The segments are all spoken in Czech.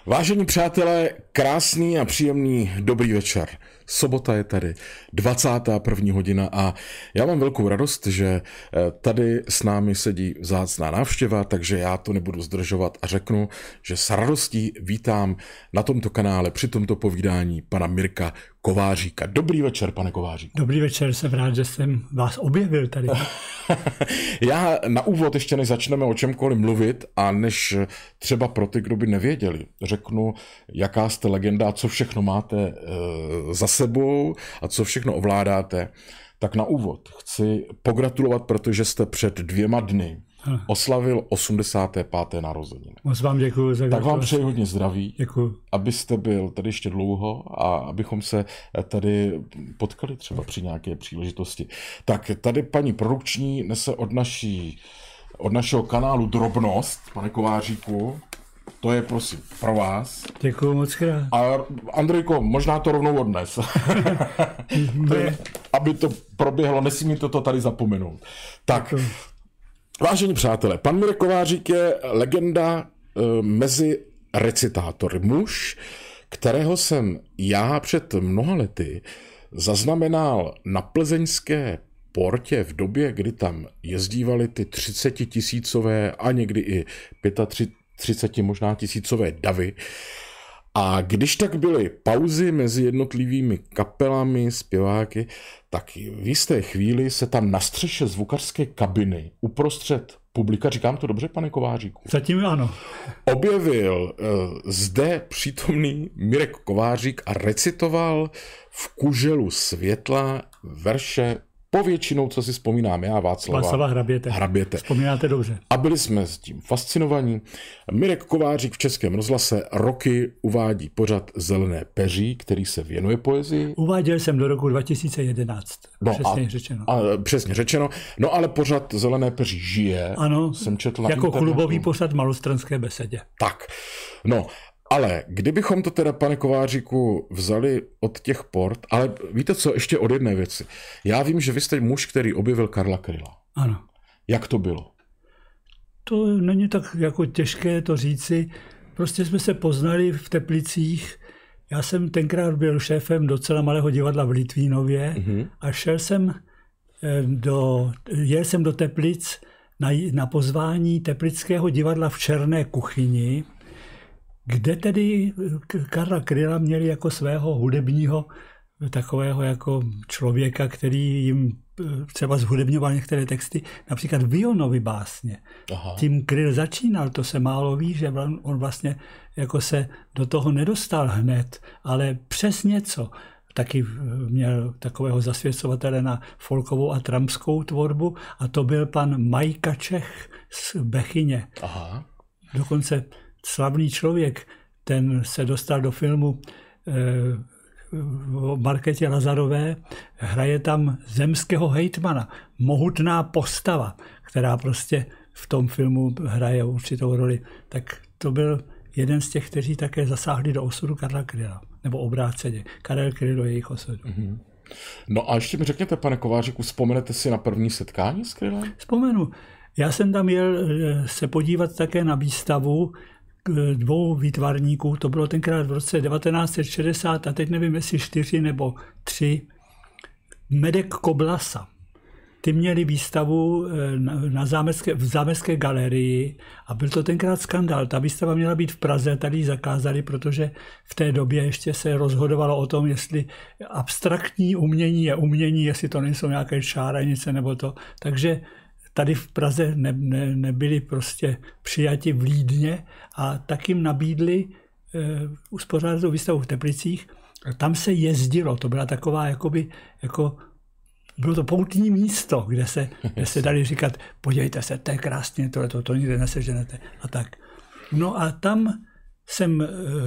Vážení přátelé, krásný a příjemný dobrý večer. Sobota je tady, 21. hodina a já mám velkou radost, že tady s námi sedí vzácná návštěva, takže já to nebudu zdržovat a řeknu, že s radostí vítám na tomto kanále při tomto povídání pana Mirka Kováříka. Dobrý večer, pane Kováříku. Dobrý večer, jsem rád, že jsem vás objevil tady. Já na úvod ještě než začneme o čemkoliv mluvit a než třeba pro ty, kdo by nevěděli, řeknu, jaká jste legenda, co všechno máte za sebou a co všechno ovládáte, tak na úvod chci pogratulovat, protože jste před 2 dny oslavil 85. narozeniny. Moc vám děkuji za Tak vám přeji hodně zdraví, děkuji. Abyste byl tady ještě dlouho a abychom se tady potkali třeba při nějaké příležitosti. Tak tady paní produkční nese od našeho kanálu drobnost, pane Kováříku. To je prosím pro vás. Děkuji moc krát. A Andrejko, možná to rovnou odnes. Aby to proběhlo, nesmíte to tady zapomenout. Tak, vážení přátelé, pan Mirek Kovářík je legenda mezi recitátory. Muž, kterého jsem já před mnoha lety zaznamenal na plzeňské portě v době, kdy tam jezdívali ty 30 000 a někdy i 35 možná tisícové davy. A když tak byly pauzy mezi jednotlivými kapelami, zpěváky, tak v jisté chvíli se tam na střeše zvukařské kabiny uprostřed publika, říkám to dobře, pane Kováříku? Zatím ano. Objevil zde přítomný Mirek Kovářík a recitoval v kuželu světla verše povětšinou, co si vzpomínám já, Václava Hraběte. Vzpomínáte dobře. A byli jsme s tím fascinovaní. Mirek Kovářík v Českém rozhlase roky uvádí pořad Zelené peří, který se věnuje poezii. Uváděl jsem do roku 2011, přesně řečeno. No ale pořad Zelené peří žije. Ano, jsem četl jako klubový pořad Malostranské besedě. Tak, no. Ale kdybychom to teda, pane Kováříku, vzali od těch port, ale víte co, ještě od jedné věci. Já vím, že vy jste muž, který objevil Karla Kryla. Ano. Jak to bylo? To není tak jako těžké to říci. Prostě jsme se poznali v Teplicích. Já jsem tenkrát byl šéfem docela malého divadla v Litvínově a jel jsem do Teplic na pozvání Teplického divadla v Černé kuchyni, kde tedy Karla Kryla měli jako svého hudebního takového jako člověka, který jim třeba zhudebňoval některé texty, například Vionovy básně. Aha. Tím Kryl začínal, to se málo ví, že on vlastně jako se do toho nedostal hned, ale přes něco. Taky měl takového zasvěcovatele na folkovou a trampskou tvorbu a to byl pan Majka Čech z Bechyně. Aha. Dokonce slavný člověk, ten se dostal do filmu o Markétě Lazarové, hraje tam zemského hejtmana, mohutná postava, která prostě v tom filmu hraje určitou roli. Tak to byl jeden z těch, kteří také zasáhli do osudu Karla Kryla, nebo obráceně. Karel Kryl do jejich osudu. Mm-hmm. No a ještě mi řekněte, pane Kováříku, vzpomenete si na první setkání s Krylem? Vzpomenu. Já jsem tam jel se podívat také na výstavu 2 výtvarníků, to bylo tenkrát v roce 1960 a teď nevím, jestli 4 nebo 3, Medek Koblasa. Ty měli výstavu v Zámecké galerii a byl to tenkrát skandál. Ta výstava měla být v Praze, tady ji zakázali, protože v té době ještě se rozhodovalo o tom, jestli abstraktní umění je umění, jestli to nejsou nějaké čáranice nebo to. Takže tady v Praze nebyli prostě přijati v Lídně a tak jim nabídli uspořádat tu výstavu v Teplicích. A tam se jezdilo, to byla taková bylo to poutní místo, kde se dali říkat, podívejte se, to je krásně, to nikde neseženete a tak. No a tam jsem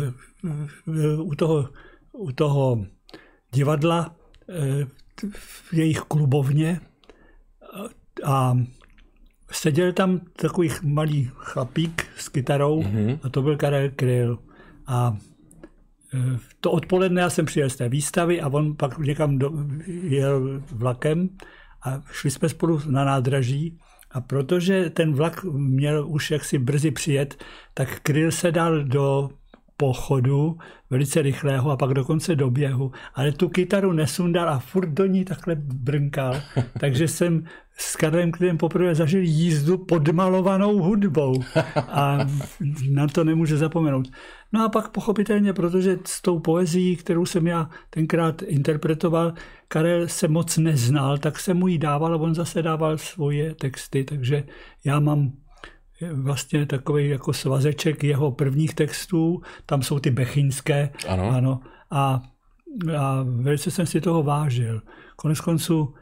u toho divadla v jejich klubovně a seděl tam takový malý chlapík s kytarou a to byl Karel Kryl. A to odpoledne já jsem přijel z té výstavy a on pak někam jel vlakem a šli jsme spolu na nádraží a protože ten vlak měl už jaksi brzy přijet, tak Kryl se dal do pochodu, velice rychlého a pak dokonce do běhu, ale tu kytaru nesundal a furt do ní takhle brnkal. Takže jsem s Karlem Klidem poprvé zažil jízdu podmalovanou hudbou a na to nemůžu zapomenout. No a pak pochopitelně, protože s tou poezií, kterou jsem já tenkrát interpretoval, Karel se moc neznal, tak jsem mu ji dával a on zase dával svoje texty, takže já mám vlastně takový jako svazeček jeho prvních textů, tam jsou ty bechyňské, ano a velice jsem si toho vážil. Koneckonců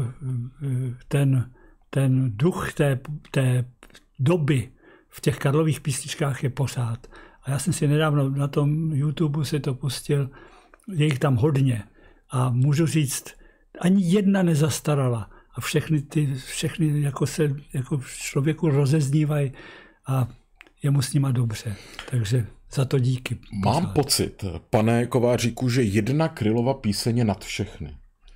ten duch té doby v těch Karlových písničkách je pořád. A já jsem si nedávno na tom YouTube si to pustil, je jich tam hodně. A můžu říct, ani jedna nezastarala. A všechny jako se jako člověku rozeznívají a je mu s nima dobře. Takže za to díky. Mám pocit, pane Kováříku, že jedna Krylova píseň je nad všechny.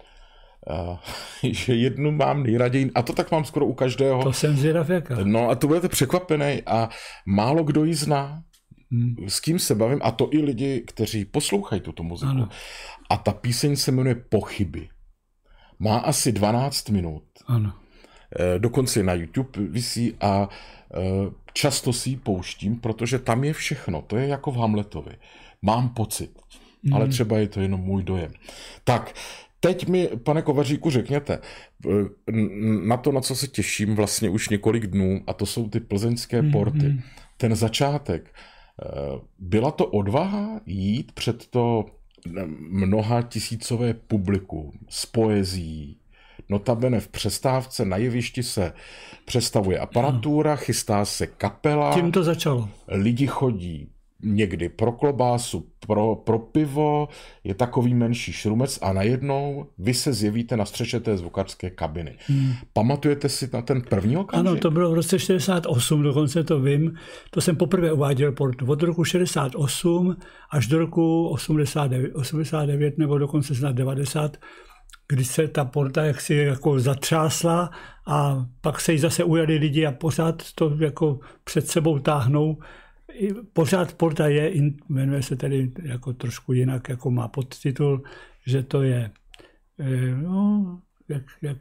Že jednu mám nejraději, a to tak mám skoro u každého. To jsem zvědav jaká. No a to budete překvapený a málo kdo ji zná. S kým se bavím, a to i lidi, kteří poslouchají tuto muziku. Ano. A ta píseň se jmenuje Pochyby. Má asi 12 minut. Ano. Dokonce na YouTube visí a často si ji pouštím, protože tam je všechno. To je jako v Hamletovi. Mám pocit, ale třeba je to jenom můj dojem. Tak, teď mi, pane Kovaříku, řekněte, na to, na co se těším vlastně už několik dnů, a to jsou ty plzeňské porty. Ten začátek. Byla to odvaha jít před to mnoha tisícové publikum s poezií. Notabene v přestávce na jevišti se přestavuje aparatura, chystá se kapela. Tím to začalo. Lidi chodí někdy pro klobásu, pro pivo, je takový menší šrumec a najednou vy se zjevíte na střeše té zvukařské kabiny. Pamatujete si na ten první okamžik? Ano, to bylo v roce 68, dokonce to vím. To jsem poprvé uváděl portu. Od roku 68 až do roku 89 nebo dokonce snad 90, když se ta porta jaksi jako zatřásla a pak se jí zase ujali lidi a pořád to jako před sebou táhnou. Pořád porta je, jmenuje se tedy jako trošku jinak, jako má podtitul, že to je, no, jak...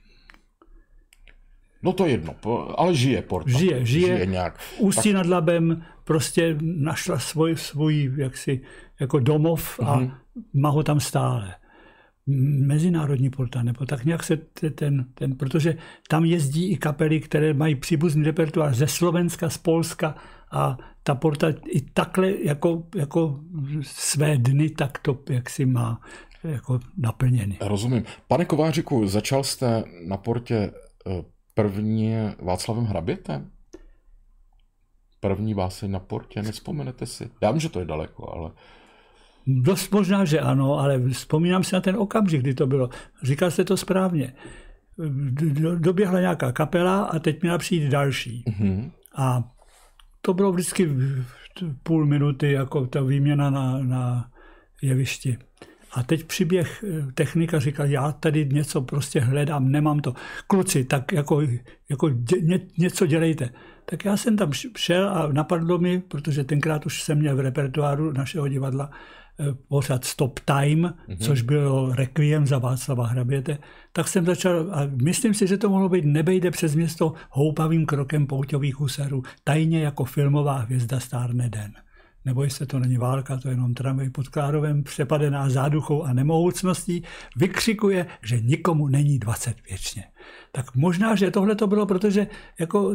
No to jedno, ale žije porta. Žije nějak. Ústí nad Labem prostě našla svůj jaksi, jako domov a má ho tam stále. Mezinárodní porta, nebo tak nějak se protože tam jezdí i kapely, které mají příbuzný repertoár ze Slovenska, z Polska a ta porta i takhle jako své dny tak to jaksi má jako naplněny. Rozumím. Pane Kováříku, začal jste na portě první Václavem Hrabětem? První báseň na portě, nevzpomenete si? Já vím, že to je daleko, ale... Dost možná, že ano, ale vzpomínám si na ten okamžik, kdy to bylo. Říkal jste to správně. Doběhla nějaká kapela a teď měla přijít další. A to bylo vždycky půl minuty, jako ta výměna na jevišti. A teď přiběh technika, říkal, já tady něco prostě hledám, nemám to. Kluci, tak jako něco dělejte. Tak já jsem tam šel a napadlo mi, protože tenkrát už jsem měl v repertoáru našeho divadla pořád Stop Time, což bylo Requiem za Václava Hraběte, tak jsem začal, a myslím si, že to mohlo být Nebejde přes město houpavým krokem pouťových husarů, tajně jako filmová hvězda stárne den. Nebo jestli to není válka, to je jenom tramvaj pod Klárovem, přepadená záduchou a nemohoucností, vykřikuje, že nikomu není 20 věčně. Tak možná, že tohle to bylo, protože jako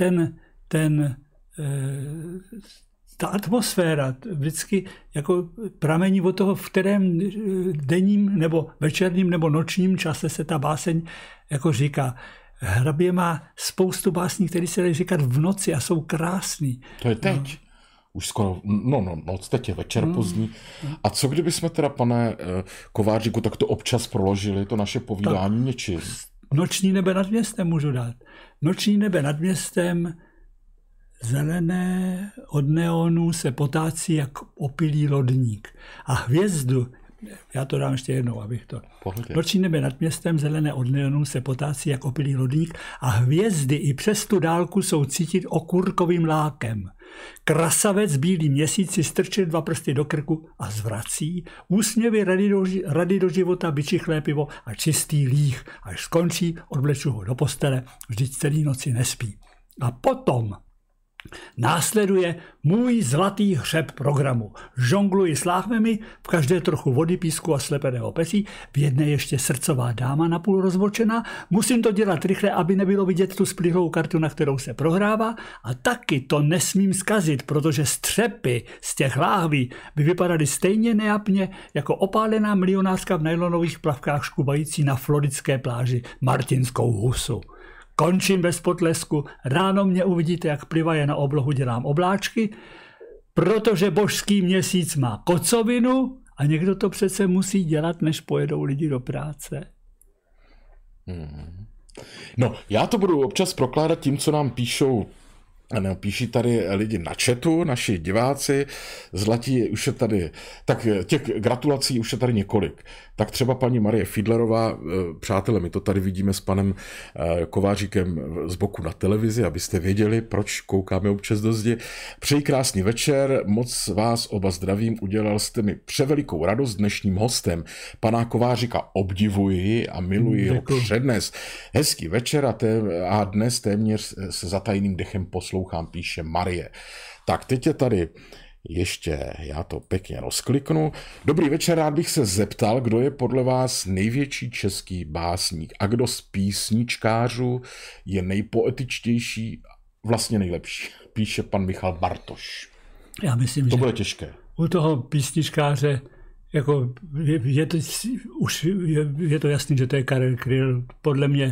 ta atmosféra vždycky jako pramení od toho, v kterém denním nebo večerním nebo nočním čase se ta báseň jako říká. Hrabě má spoustu básní, které se dají říkat v noci a jsou krásný. To je teď. No. Už skoro, noc, teď je večer pozdní. A co kdyby jsme teda, pane Kováříku, tak to občas proložili, to naše povídání něčím? Noční nebe nad městem můžu dát. Noční nebe nad městem zelené od neonu se potácí jak opilý lodník. A hvězdu, Já to dám ještě jednou, abych to... Pohodě. Noční nebe nad městem zelené od neonů se potácí jak opilý lodník a hvězdy i přes tu dálku jsou cítit okurkovým lákem. Krasavec bílý měsíc si strčil 2 prsty do krku a zvrací. Úsměvy rady do života, biči chlépivo a čistý líh. Až skončí, odvleču ho do postele, vždyť celý noci nespí. A potom následuje můj zlatý hřeb programu. Žongluji s láhvemi, v každé trochu vody, písku a slepeného pesí, v jedné ještě srdcová dáma napůl rozvočená. Musím to dělat rychle, aby nebylo vidět tu splihlou kartu, na kterou se prohrává. A taky to nesmím zkazit, protože střepy z těch láhví by vypadaly stejně neapně jako opálená milionářka v nylonových plavkách škubající na floridské pláži Martinskou husu. Končím bez potlesku, ráno mě uvidíte, jak plivaje na oblohu dělám obláčky, protože božský měsíc má kocovinu a někdo to přece musí dělat, než pojedou lidi do práce. No, já to budu občas prokládat tím, co nám píší tady lidi na chatu, naši diváci, zlatí, už je tady, tak těch gratulací už je tady několik. Tak třeba paní Marie Fiedlerová, přátelé, my to tady vidíme s panem Kováříkem z boku na televizi, abyste věděli, proč koukáme občas do zdi. Přeji krásný večer, moc vás oba zdravím, udělal jste mi převelikou radost dnešním hostem. Pana Kováříka obdivuji a miluji jeho přednes. Hezký večer a dnes téměř se zatajným dechem poslouchám, píše Marie. Tak teď je tady ještě, já to pěkně rozkliknu. Dobrý večer, rád bych se zeptal, kdo je podle vás největší český básník a kdo z písničkářů je nejpoetičtější, vlastně nejlepší, píše pan Michal Bartoš. Já myslím, to že bude těžké. U toho písničkáře jako je to jasný, že to je Karel Kryl. Podle mě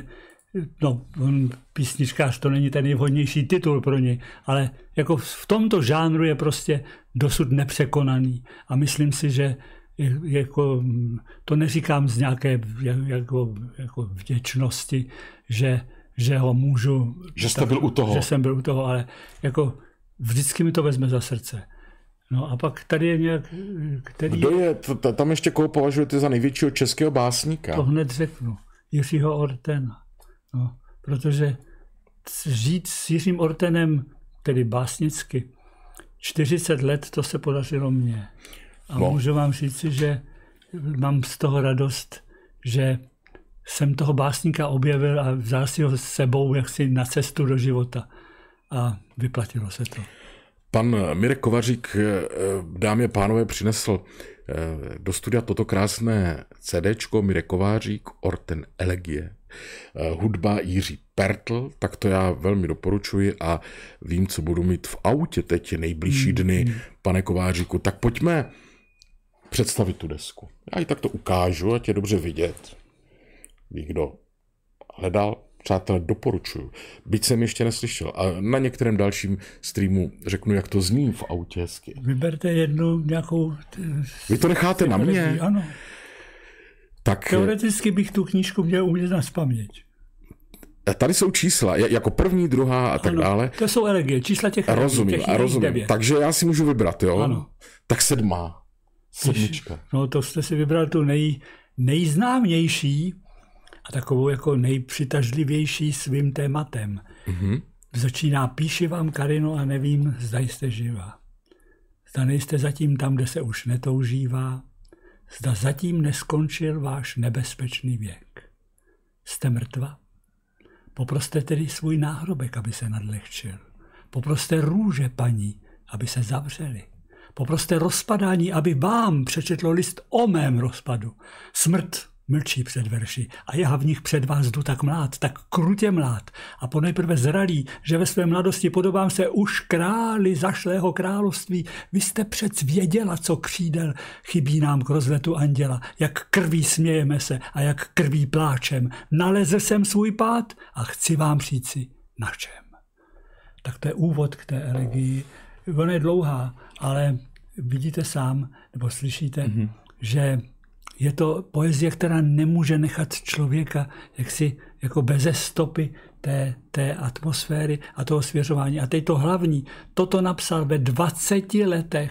písničkář to není ten nejvhodnější titul pro něj, ale jako v tomto žánru je prostě dosud nepřekonaný. A myslím si, že jako, to neříkám z nějaké jako vděčnosti, že ho můžu... Že jste byl u toho. Že jsem byl u toho, ale jako vždycky mi to vezme za srdce. No a pak tady je nějak... Kdo je, tam ještě koho považujete za největšího českého básníka? To hned řeknu. Jiřího Ortena. No, protože žít s Jiřím Ortenem, tedy básnicky, 40 let, to se podařilo mně. A můžu vám říci, že mám z toho radost, že jsem toho básníka objevil a vzal si ho s sebou jaksi na cestu do života. A vyplatilo se to. Pan Mirek Kovařík, dámy a pánové, přinesl do studia toto krásné CDčko Mirek Kovářík, Orten Elegie. Hudba Jiří Pertl, tak to já velmi doporučuji a vím, co budu mít v autě teď nejbližší dny, pane Kováříku. Tak pojďme představit tu desku. Já ji takto ukážu, ať je dobře vidět. Ví, kdo hledal, přátelé, doporučuju. Byť jsem ještě neslyšel. A na některém dalším streamu řeknu, jak to zní v autě hezky. Vyberte jednu nějakou... Vy to necháte na mě? Ano. Tak, teoreticky bych tu knížku měl umět na spaměť. Tady jsou čísla, jako první, druhá a tak dále. To jsou elegie, čísla těch elegií. Rozumím. Takže já si můžu vybrat, jo? Ano. Tak 7. Sedmička. No to jste si vybral tu nejznámější a takovou jako nejpřitažlivější svým tématem. Mm-hmm. Začíná: píši vám, Karino, a nevím, zda jste živá. Zda nejste zatím tam, kde se už netoužívá. Zda zatím neskončil váš nebezpečný věk. Jste mrtva? Poproste tedy svůj náhrobek, aby se nadlehčil. Poproste růže, paní, aby se zavřely. Poproste rozpadání, aby vám přečetlo list o mém rozpadu. Smrt mlčí před verši a já v nich před vás jdu tak mlád, tak krutě mlád a ponejprve zralý, že ve své mladosti podobám se už králi zašlého království. Vy jste přec věděla, co křídel chybí nám k rozletu anděla, jak krví smějeme se a jak krví pláčem. Nalezl jsem svůj pád a chci vám říci, na čem. Tak to je úvod k té elegii. Ona je dlouhá, ale vidíte sám, nebo slyšíte, že je to poezie, která nemůže nechat člověka jaksi jako beze stopy té atmosféry a toho svěřování. A teď to hlavní, toto napsal ve 20 letech,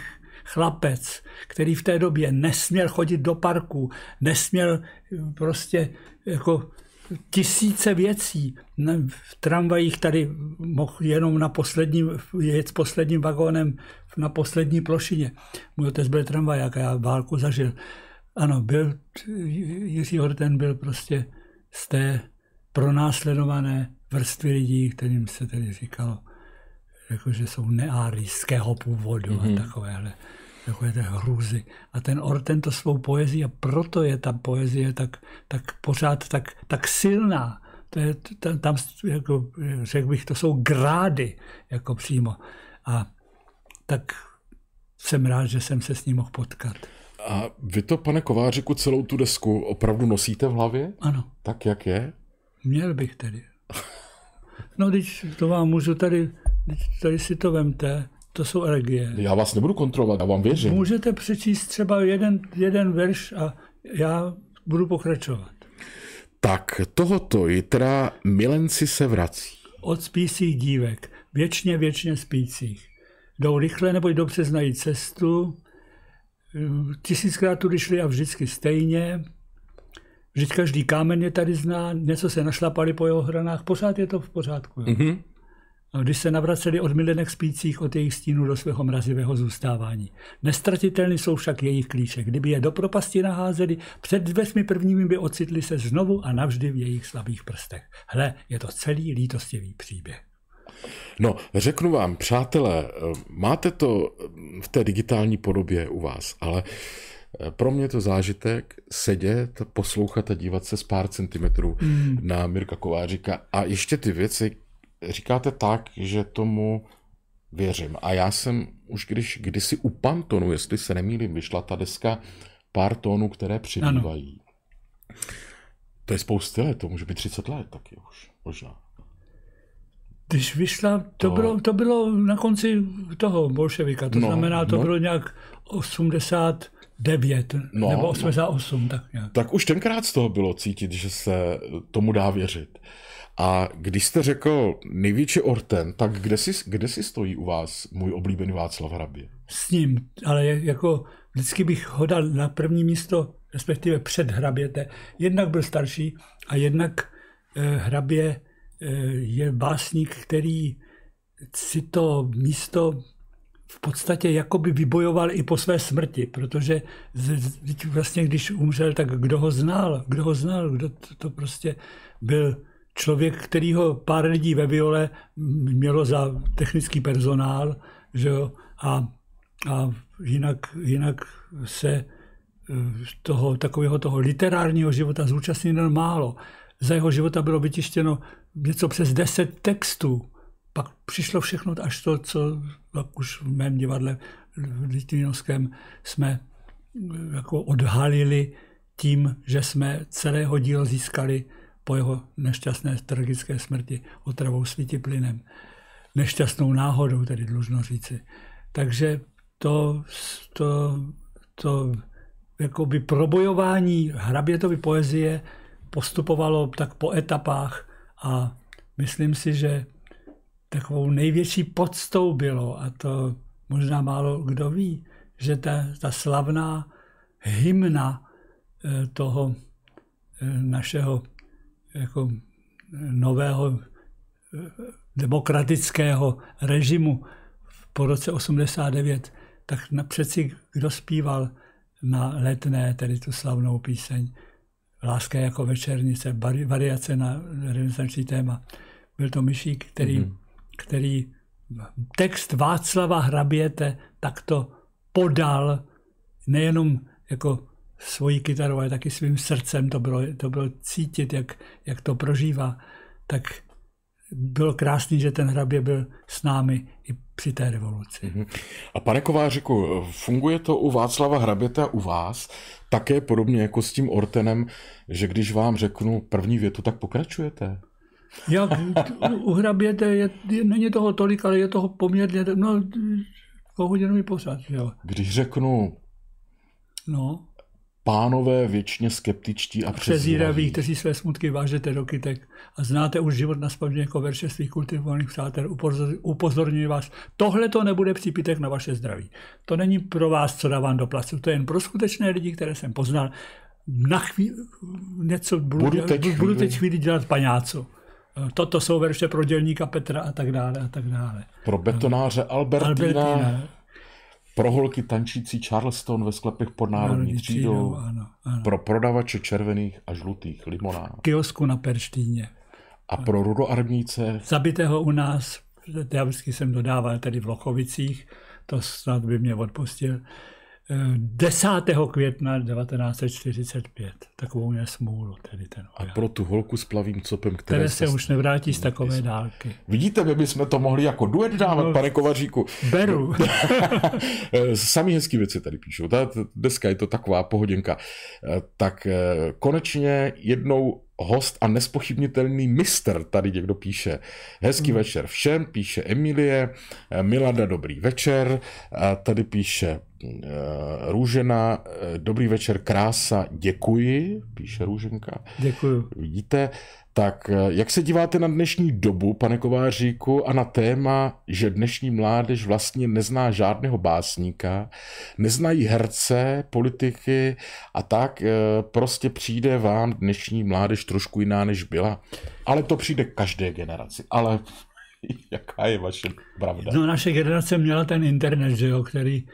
chlapec, který v té době nesměl chodit do parku, nesměl prostě jako tisíce věcí. V tramvajích tady mohl jenom jet s posledním vagónem na poslední plošině. Můj otec byl tramvaják a já válku zažil. Ano, Jiří Orten byl prostě z té pronásledované vrstvy lidí, kterým se tedy říkalo, jako, že jsou neárijského původu a takové hrůzy. A ten Orten to svou poezii, a proto je ta poezie tak pořád tak silná. To je, tam jako, řekl bych, to jsou grády jako přímo. A tak jsem rád, že jsem se s ním mohl potkat. A vy to, pane Kovářiku, celou tu desku opravdu nosíte v hlavě? Ano. Tak, jak je? Měl bych tedy. No, když to vám můžu tady si to vemte, to jsou elegie. Já vás nebudu kontrolovat, já vám věřím. Můžete přečíst třeba jeden verš a já budu pokračovat. Tak, tohoto jitra milenci se vrací. Od spících dívek, věčně spících. Jdou rychle, nebo dobře znají cestu, 1000krát tudy šli a vždycky stejně. Vždyť každý kámen je tady zná, něco se našlapali po jeho hranách, pořád je to v pořádku. Mm-hmm. A když se navraceli od milenek spících, od jejich stínu do svého mrazivého zůstávání. Nestratitelný jsou však jejich klíče. Kdyby je do propasti naházeli, před dveřmi prvními by ocitli se znovu a navždy v jejich slabých prstech. Hle, je to celý lítostivý příběh. No, řeknu vám, přátelé, máte to v té digitální podobě u vás, ale pro mě to zážitek sedět, poslouchat a dívat se z pár centimetrů na Mirka Kovářika a ještě ty věci říkáte tak, že tomu věřím. A já jsem už kdysi u Pantonu, jestli se nemýlím, vyšla ta deska Pár tónů, které přibývají. Ano. To je spousty let, to může být 30 let taky už, možná. Když vyšla, to bylo na konci toho bolševika, to znamená, to bylo nějak 89 nebo 88. Tak nějak. Tak už tenkrát z toho bylo cítit, že se tomu dá věřit. A když jste řekl největší Orten, tak kde si stojí u vás můj oblíbený Václav Hrabě? S ním, ale jako vždycky bych ho dal na první místo, respektive před Hraběte. Jednak byl starší a jednak Hrabě je básník, který si to místo v podstatě jakoby vybojoval i po své smrti, protože vlastně když umřel, tak kdo ho znal, kdo to prostě byl člověk, kterýho pár lidí ve Viole mělo za technický personál, že jo, a jinak se takového toho literárního života zúčastnil málo. Za jeho života bylo vytištěno něco přes 10 textů. Pak přišlo všechno až to, co už v mém divadle v Litvinovském jsme jako odhalili tím, že jsme celého dílo získali po jeho nešťastné tragické smrti otravou svítiplynem. Nešťastnou náhodou, tedy dlužno říci. Takže to jakoby probojování Hrabětovy poezie postupovalo tak po etapách a myslím si, že takovou největší poctou bylo, a to možná málo kdo ví, že ta slavná hymna toho našeho jako nového demokratického režimu po roce 89, tak přeci kdo zpíval na Letné, tedy tu slavnou píseň Láska jako večernice, variace na renesanční téma. Byl to Myšík, který text Václava Hraběte takto podal nejenom jako svojí kytarou, ale taky svým srdcem. To bylo cítit, jak to prožívá. Tak bylo krásný, že ten Hrabě byl s námi i při té revoluci. A pane Kovářiku, funguje to u Václava Hraběte a u vás také podobně jako s tím Ortenem, že když vám řeknu první větu, tak pokračujete? Jak u Hraběte není toho tolik, ale je toho poměrně dvouhodinový pořad. Jo. Když řeknu pánové věčně skeptičtí a přezíraví, kteří své smutky vážete do kytek a znáte už život naspaměť jako verše svých kultivovaných přátel, upozorňuji vás, tohle to nebude přípitek na vaše zdraví. To není pro vás, co dávám do placu, to je jen pro skutečné lidi, které jsem poznal. Budu teď chvíli dělat paňácu. Toto jsou verše pro dělníka Petra a tak dále a tak dále. Pro betonáře Albertina. Pro holky tančící Charleston ve sklepech pod Národní třídou. Ano. Pro prodavače červených a žlutých limonád. Kiosku na Perštíně. A pro rudoarmíce. Zabitého u nás, já vždycky jsem dodával tedy v Lochovicích, to snad by mě odpustil, 10. května 1945. Takovou mě smůlu tedy ten voják. A pro tu holku s plavým copem, které se už nevrátí z takové dálky. Vidíte, my bychom to mohli jako duet dávat, pane Kovaříku. Beru. Samý hezký věci tady píšou. Dneska je to taková pohodinka. Tak konečně jednou host a nespochybnitelný mistr, tady někdo píše. Hezký večer všem, píše Emilie. Milada, dobrý večer. Tady píše Růžena, dobrý večer, krása, děkuji, píše Růženka. Děkuju. Vidíte, tak jak se díváte na dnešní dobu, pane Kováříku, a na téma, že dnešní mládež vlastně nezná žádného básníka, neznají herce, politiky a tak prostě přijde vám dnešní mládež trošku jiná, než byla. Ale to přijde každé generaci. Ale jaká je vaše pravda? No, naše generace měla ten internet, že jo, který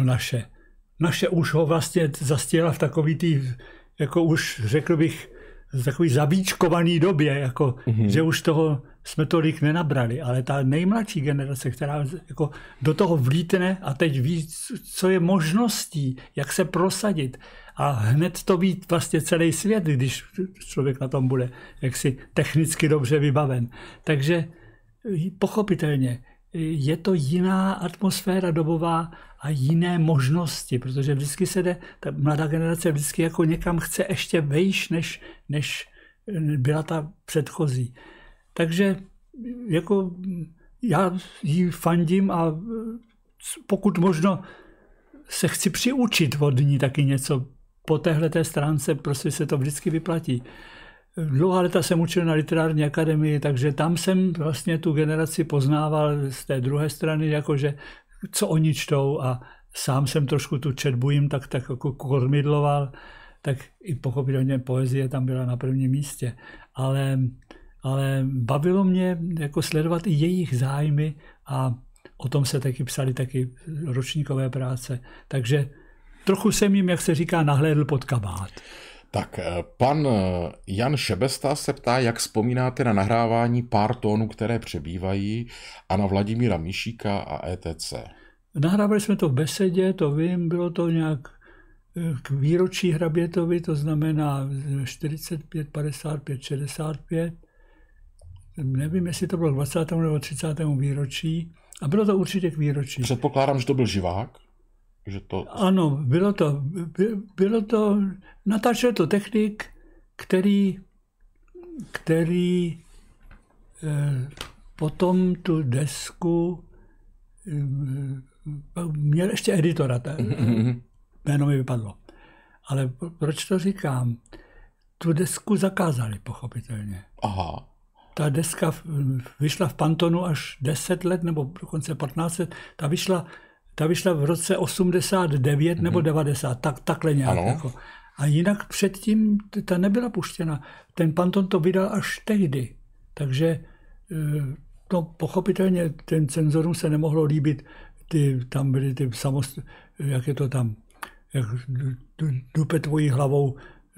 naše už ho vlastně zastěla v takový jako už řekl bych, v takový zabíčkovaný době, jako, že už toho jsme tolik nenabrali, ale ta nejmladší generace, která jako do toho vlítne a teď ví, co je možností, jak se prosadit a hned to ví vlastně celý svět, když člověk na tom bude jaksi technicky dobře vybaven. Takže pochopitelně je to jiná atmosféra dobová a jiné možnosti, protože vždycky se jde, ta mladá generace vždycky jako někam chce ještě vejš, než byla ta předchozí. Takže jako já jí fandím a pokud možno se chci přiučit od ní taky něco po téhleté stránce, prostě se to vždycky vyplatí. Dlouhá léta jsem učil na literární akademii, takže tam jsem vlastně tu generaci poznával z té druhé strany, jakože co oni čtou a sám jsem trošku tu četbu jim tak jako kormidloval, tak i pochopitelně poezie tam byla na prvním místě. Ale bavilo mě jako sledovat i jejich zájmy a o tom se taky psali taky ročníkové práce. Takže trochu jsem jim, jak se říká, nahlédl pod kabát. Tak pan Jan Šebesta se ptá, jak vzpomínáte na nahrávání Pár tónů, které přebývají, a na Vladimíra Mišíka a ETC. Nahrávali jsme to v Besedě, to vím, bylo to nějak k výročí Hrabětovi, to znamená 45, 55, 65. Nevím, jestli to bylo k 20. nebo 30. výročí. A bylo to určitě k výročí. Předpokládám, že to byl živák? Že to... Ano, bylo to, natáčel to technik, který potom tu desku měl ještě editora, jméno mi vypadlo. Ale proč to říkám? Tu desku zakázali, pochopitelně. Aha. Ta deska vyšla v Pantonu až 10 let, nebo dokonce 15 let. Ta vyšla v roce 89 nebo 90, takhle nějak. Jako. A jinak předtím ta nebyla puštěna. Ten Panton to vydal až tehdy. Takže no, pochopitelně ten cenzorům se nemohlo líbit, tam byly ty jak je to tam, jak dupe tvojí hlavou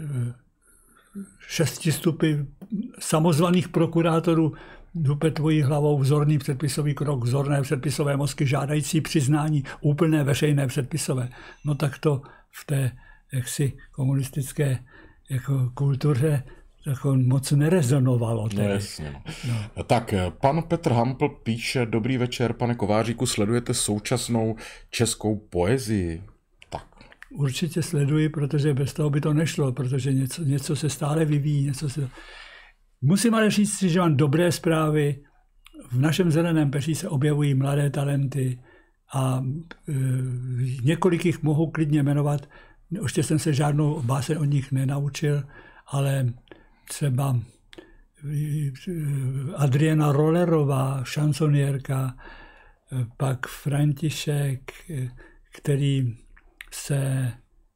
6 stupy samozvaných prokurátorů, dupe tvojí hlavou vzorný předpisový krok, vzorné předpisové mozky žádající přiznání, úplné veřejné předpisové. No tak to v té jaksi komunistické jako kultuře jako moc nerezonovalo. No jasně. No. Tak, pan Petr Hampl píše, dobrý večer, pane Kováříku, sledujete současnou českou poezii? Tak. Určitě sleduji, protože bez toho by to nešlo, protože něco se stále vyvíjí, Musím ale říct, že mám dobré zprávy. V našem Zeleném peří se objevují mladé talenty a několik jich mohu klidně jmenovat. ještě jsem se žádnou báseň od nich nenaučil, ale třeba Adriana Rollerová, šansonierka, pak František, který se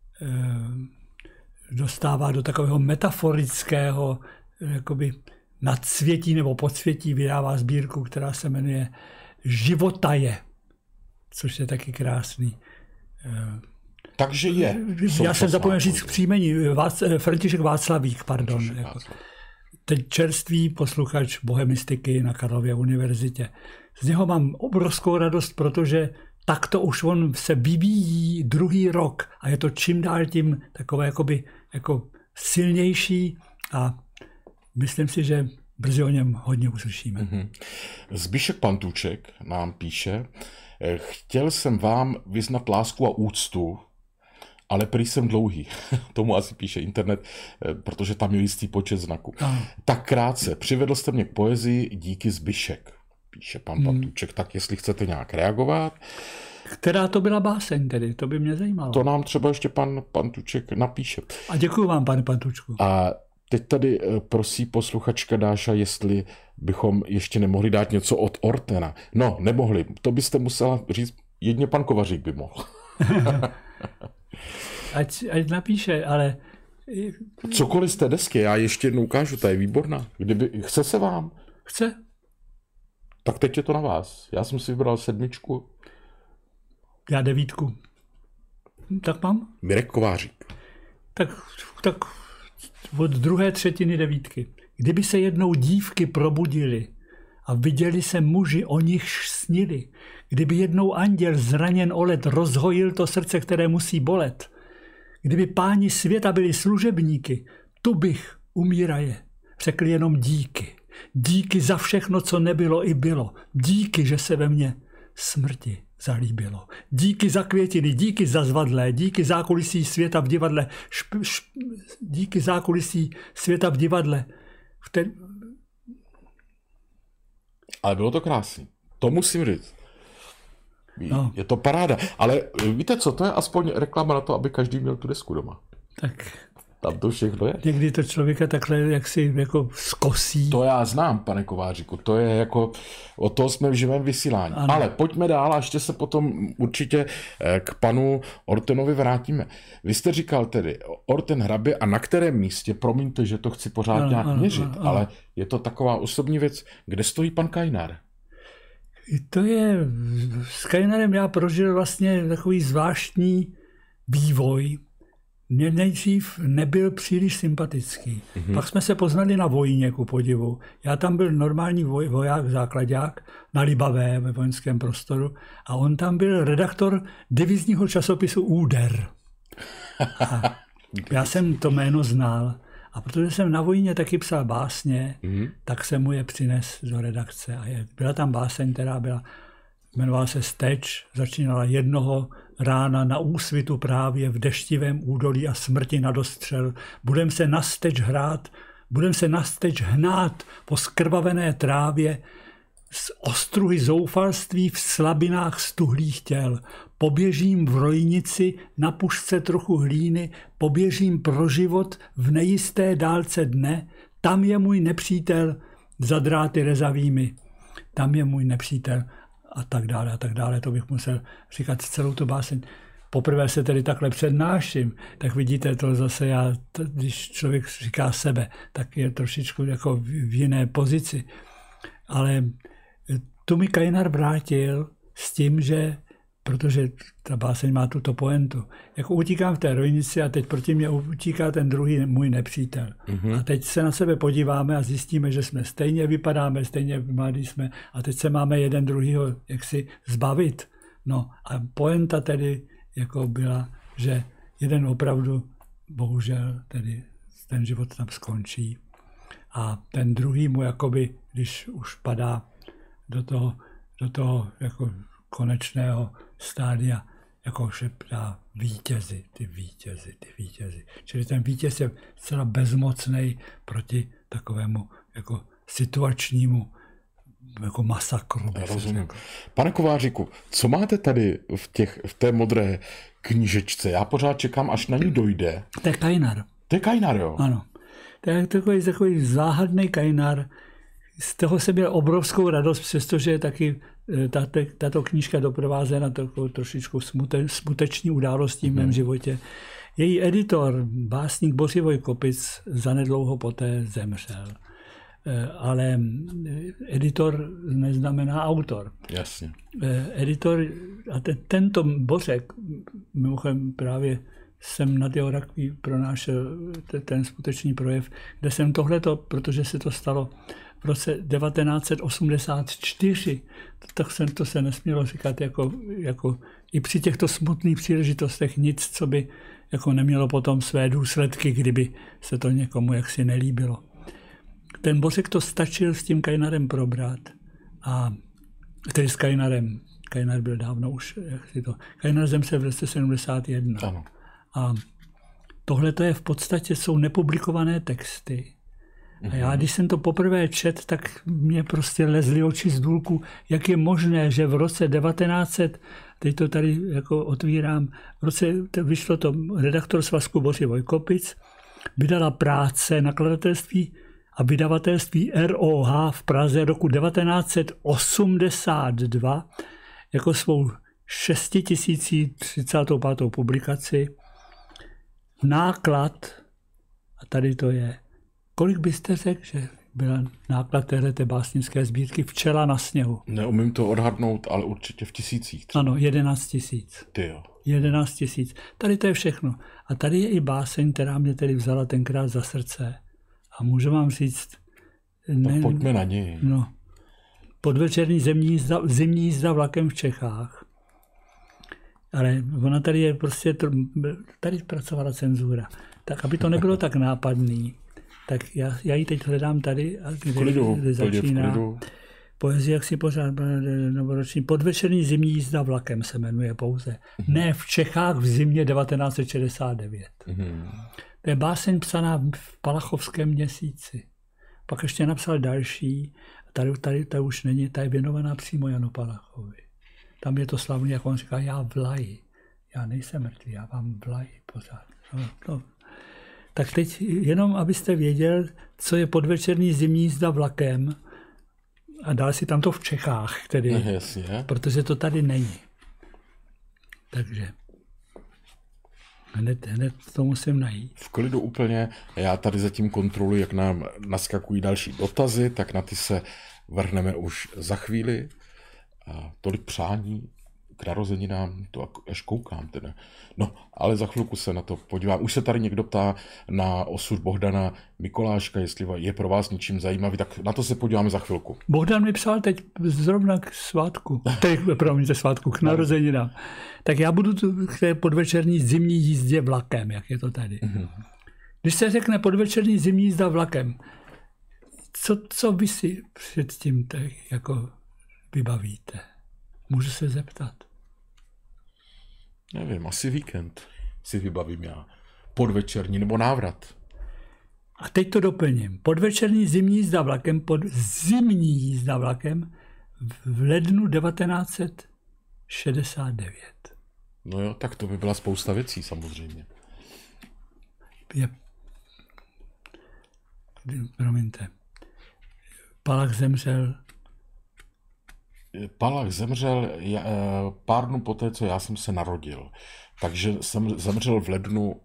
dostává do takového metaforického jakoby nadsvětí nebo podsvětí, vydává sbírku, která se jmenuje Životaje, což je taky krásný. Takže je. Já jsem zapomněl říct příjmení. František Václavík, pardon. Teď čerstvý posluchač bohemistiky na Karlově univerzitě. Z něho mám obrovskou radost, protože takto už on se vyvíjí druhý rok a je to čím dál tím takové jako silnější a myslím si, že brzy o něm hodně uslyšíme. Zbyšek Pantůček nám píše: chtěl jsem vám vyznat lásku a úctu, ale prý jsem dlouhý. Tomu asi píše internet, protože tam je jistý počet znaků. Tak krátce, přivedl jste mě k poezii, díky Zbyšek, píše pan Pantůček. Tak jestli chcete nějak reagovat. Která to byla báseň tedy, to by mě zajímalo. To nám třeba ještě pan Pantůček napíše. A děkuju vám, pane Pantůčku. A teď tady prosí posluchačka Dáša, jestli bychom ještě nemohli dát něco od Ortena. No, nemohli. To byste musela říct, jedně pan Kovařík by mohl. Ať napíše, ale... Cokoliv z té desky, já ještě jednou ukážu, ta je výborná. Chce se vám? Chce. Tak teď je to na vás. Já jsem si vybral 7. Já 9. Tak mám? Mirek Kovářík. Tak od 2/3 9. Kdyby se jednou dívky probudily a viděli se muži, o nichž snili, kdyby jednou anděl zraněn o led rozhojil to srdce, které musí bolet, kdyby páni světa byli služebníky, tu bych, umíraje, řekl jenom díky. Díky za všechno, co nebylo i bylo. Díky, že se ve mně smrti zalíbilo. Díky za květiny, díky za zvadlé, díky zákulisí světa v divadle, díky zákulisí světa v divadle. Ale bylo to krásný. To musím říct. No. Je to paráda. Ale víte co, to je aspoň reklama na to, aby každý měl tu desku doma. Tak. Tam to všechno je. Někdy to člověka takhle jaksi jako zkosí. To já znám, pane Kováříku. To je jako, o toho jsme v živém vysílání. Ano. Ale pojďme dál a ještě se potom určitě k panu Ortenovi vrátíme. Vy jste říkal tedy Orten Hrabě a na kterém místě, promiňte, že to chci pořád nějak měřit, ale je to taková osobní věc, kde stojí pan Kajnar? To je, s Kajnarem já prožil vlastně takový zvláštní vývoj. Mně nejdřív nebyl příliš sympatický. Pak jsme se poznali na Vojně, ku podivu. Já tam byl normální voják, základák na Libavé ve vojenském prostoru a on tam byl redaktor divizního časopisu Úder. A já jsem to jméno znal. A protože jsem na Vojně taky psal básně, tak jsem mu je přines do redakce. A byla tam báseň, která jmenovala se Steč, začínala jednoho rána na úsvitu právě v deštivém údolí a smrti na dostřel. Budem se na steč hnát po skrvavené trávě z ostruhy zoufalství v slabinách stuhlých těl. Poběžím v rojnici na pušce trochu hlíny, poběžím pro život v nejisté dálce dne, tam je můj nepřítel za dráty rezavými. Tam je můj nepřítel a tak dále. To bych musel říkat celou tu báseň. Poprvé se tedy takhle přednáším, tak vidíte to zase když člověk říká sebe, tak je trošičku jako v jiné pozici. Ale tu mi Kajnar vrátil s tím, že protože ta báseň má tuto poentu. Jako utíkám v té rojnici a teď proti mě utíká ten druhý můj nepřítel. A teď se na sebe podíváme a zjistíme, že jsme stejně vypadáme, stejně mladí jsme a teď se máme jeden druhýho jaksi zbavit. No a poenta tedy jako byla, že jeden opravdu, bohužel, tedy ten život tam skončí. A ten druhý mu jakoby, když už padá do toho jako konečného stádia, jako šeptá vítězi, ty vítězi. Čili ten vítěz je zcela bezmocný proti takovému jako situačnímu jako masakru. Rozumím. Pane Kováříku, co máte tady v té modré knížečce? Já pořád čekám, až na ní dojde. To je kajnar. To je kajnar, jo? Ano. To je takový záhadný kajnar. Z toho jsem měl obrovskou radost, přestože je taky tato knížka doprovázena takovou trošičku smuteční událostí v mém životě. Její editor, básník Bořivoj Kopic, zanedlouho poté zemřel. Ale editor neznamená autor. Jasně. Editor, a tento Bořek, mimochodem právě jsem na jeho rakví pronášel ten skutečný projev, kde jsem tohleto, protože se to stalo v roce 1984, to se nesmělo říkat jako i při těchto smutných příležitostech nic, co by jako nemělo potom své důsledky, kdyby se to někomu jaksi nelíbilo. Ten Bořek to stačil s tím kajnarem probrat, a tedy s kajnarem. Kajnar byl dávno už, Kajnar zemřel v roce 71. Ano. A tohle to je v podstatě, jsou nepublikované texty. A já, když jsem to poprvé čet, tak mě prostě lezly oči z důlku, jak je možné, že v roce 1900, teď to tady jako otvírám, vyšlo to redaktor svazku Bořivoj Kopic, vydala práce nakladatelství a vydavatelství ROH v Praze roku 1982 jako svou 6035. publikaci. Náklad, a tady to je, kolik byste řekl, že byl náklad téhleté básnické sbírky Včela na sněhu? Neumím to odhadnout, ale určitě v tisících. Třeba. Ano, 11 000. Ty jo. 11 000. Tady to je všechno. A tady je i báseň, která mě tedy vzala tenkrát za srdce. A můžu vám říct... Tak pojďme na něj. No, podvečerní zimní jízda vlakem v Čechách. Ale ona tady je prostě... Tady pracovala cenzura. Tak aby to nebylo tak nápadný, tak já ji teď hledám tady, kde začíná. Poezie, jak si pořád novoroční. Podvečerní zimní jízda vlakem se jmenuje pouze. Ne v Čechách v zimě 1969. To je báseň psaná v Palachovském měsíci. Pak ještě napsal další, tady už není, ta je věnovaná přímo Janu Palachovi. Tam je to slavný, jak on říká, já vlaji. Já nejsem mrtvý, já vám vlaji pořád. No. Tak teď jenom, abyste věděl, co je podvečerní zimní jízda vlakem, a dal si tam to v Čechách, protože to tady není. Takže hned to musím najít. V klidu úplně. Já tady zatím kontroluji, jak nám naskakují další dotazy, tak na ty se vrhneme už za chvíli. A tolik přání k narozeninám, to až koukám teda. No, ale za chvilku se na to podívám. Už se tady někdo ptá na osud Bohdana Mikoláška, jestli je pro vás něčím zajímavý, tak na to se podíváme za chvilku. Bohdan mi psal teď zrovna k svátku, k narozeninám. Tak já budu k té podvečerní zimní jízdě vlakem, jak je to tady. Když se řekne podvečerní zimní jízda vlakem, co vy si předtím tak jako vybavíte? Můžu se zeptat? Nevím, asi víkend si vybavím já. Podvečerní nebo návrat. A teď to doplním. Podvečerní zimní jízda vlakem v lednu 1969. No jo, tak to by byla spousta věcí samozřejmě. Promiňte. Palach zemřel pár dnů poté, co já jsem se narodil. Takže jsem zemřel v lednu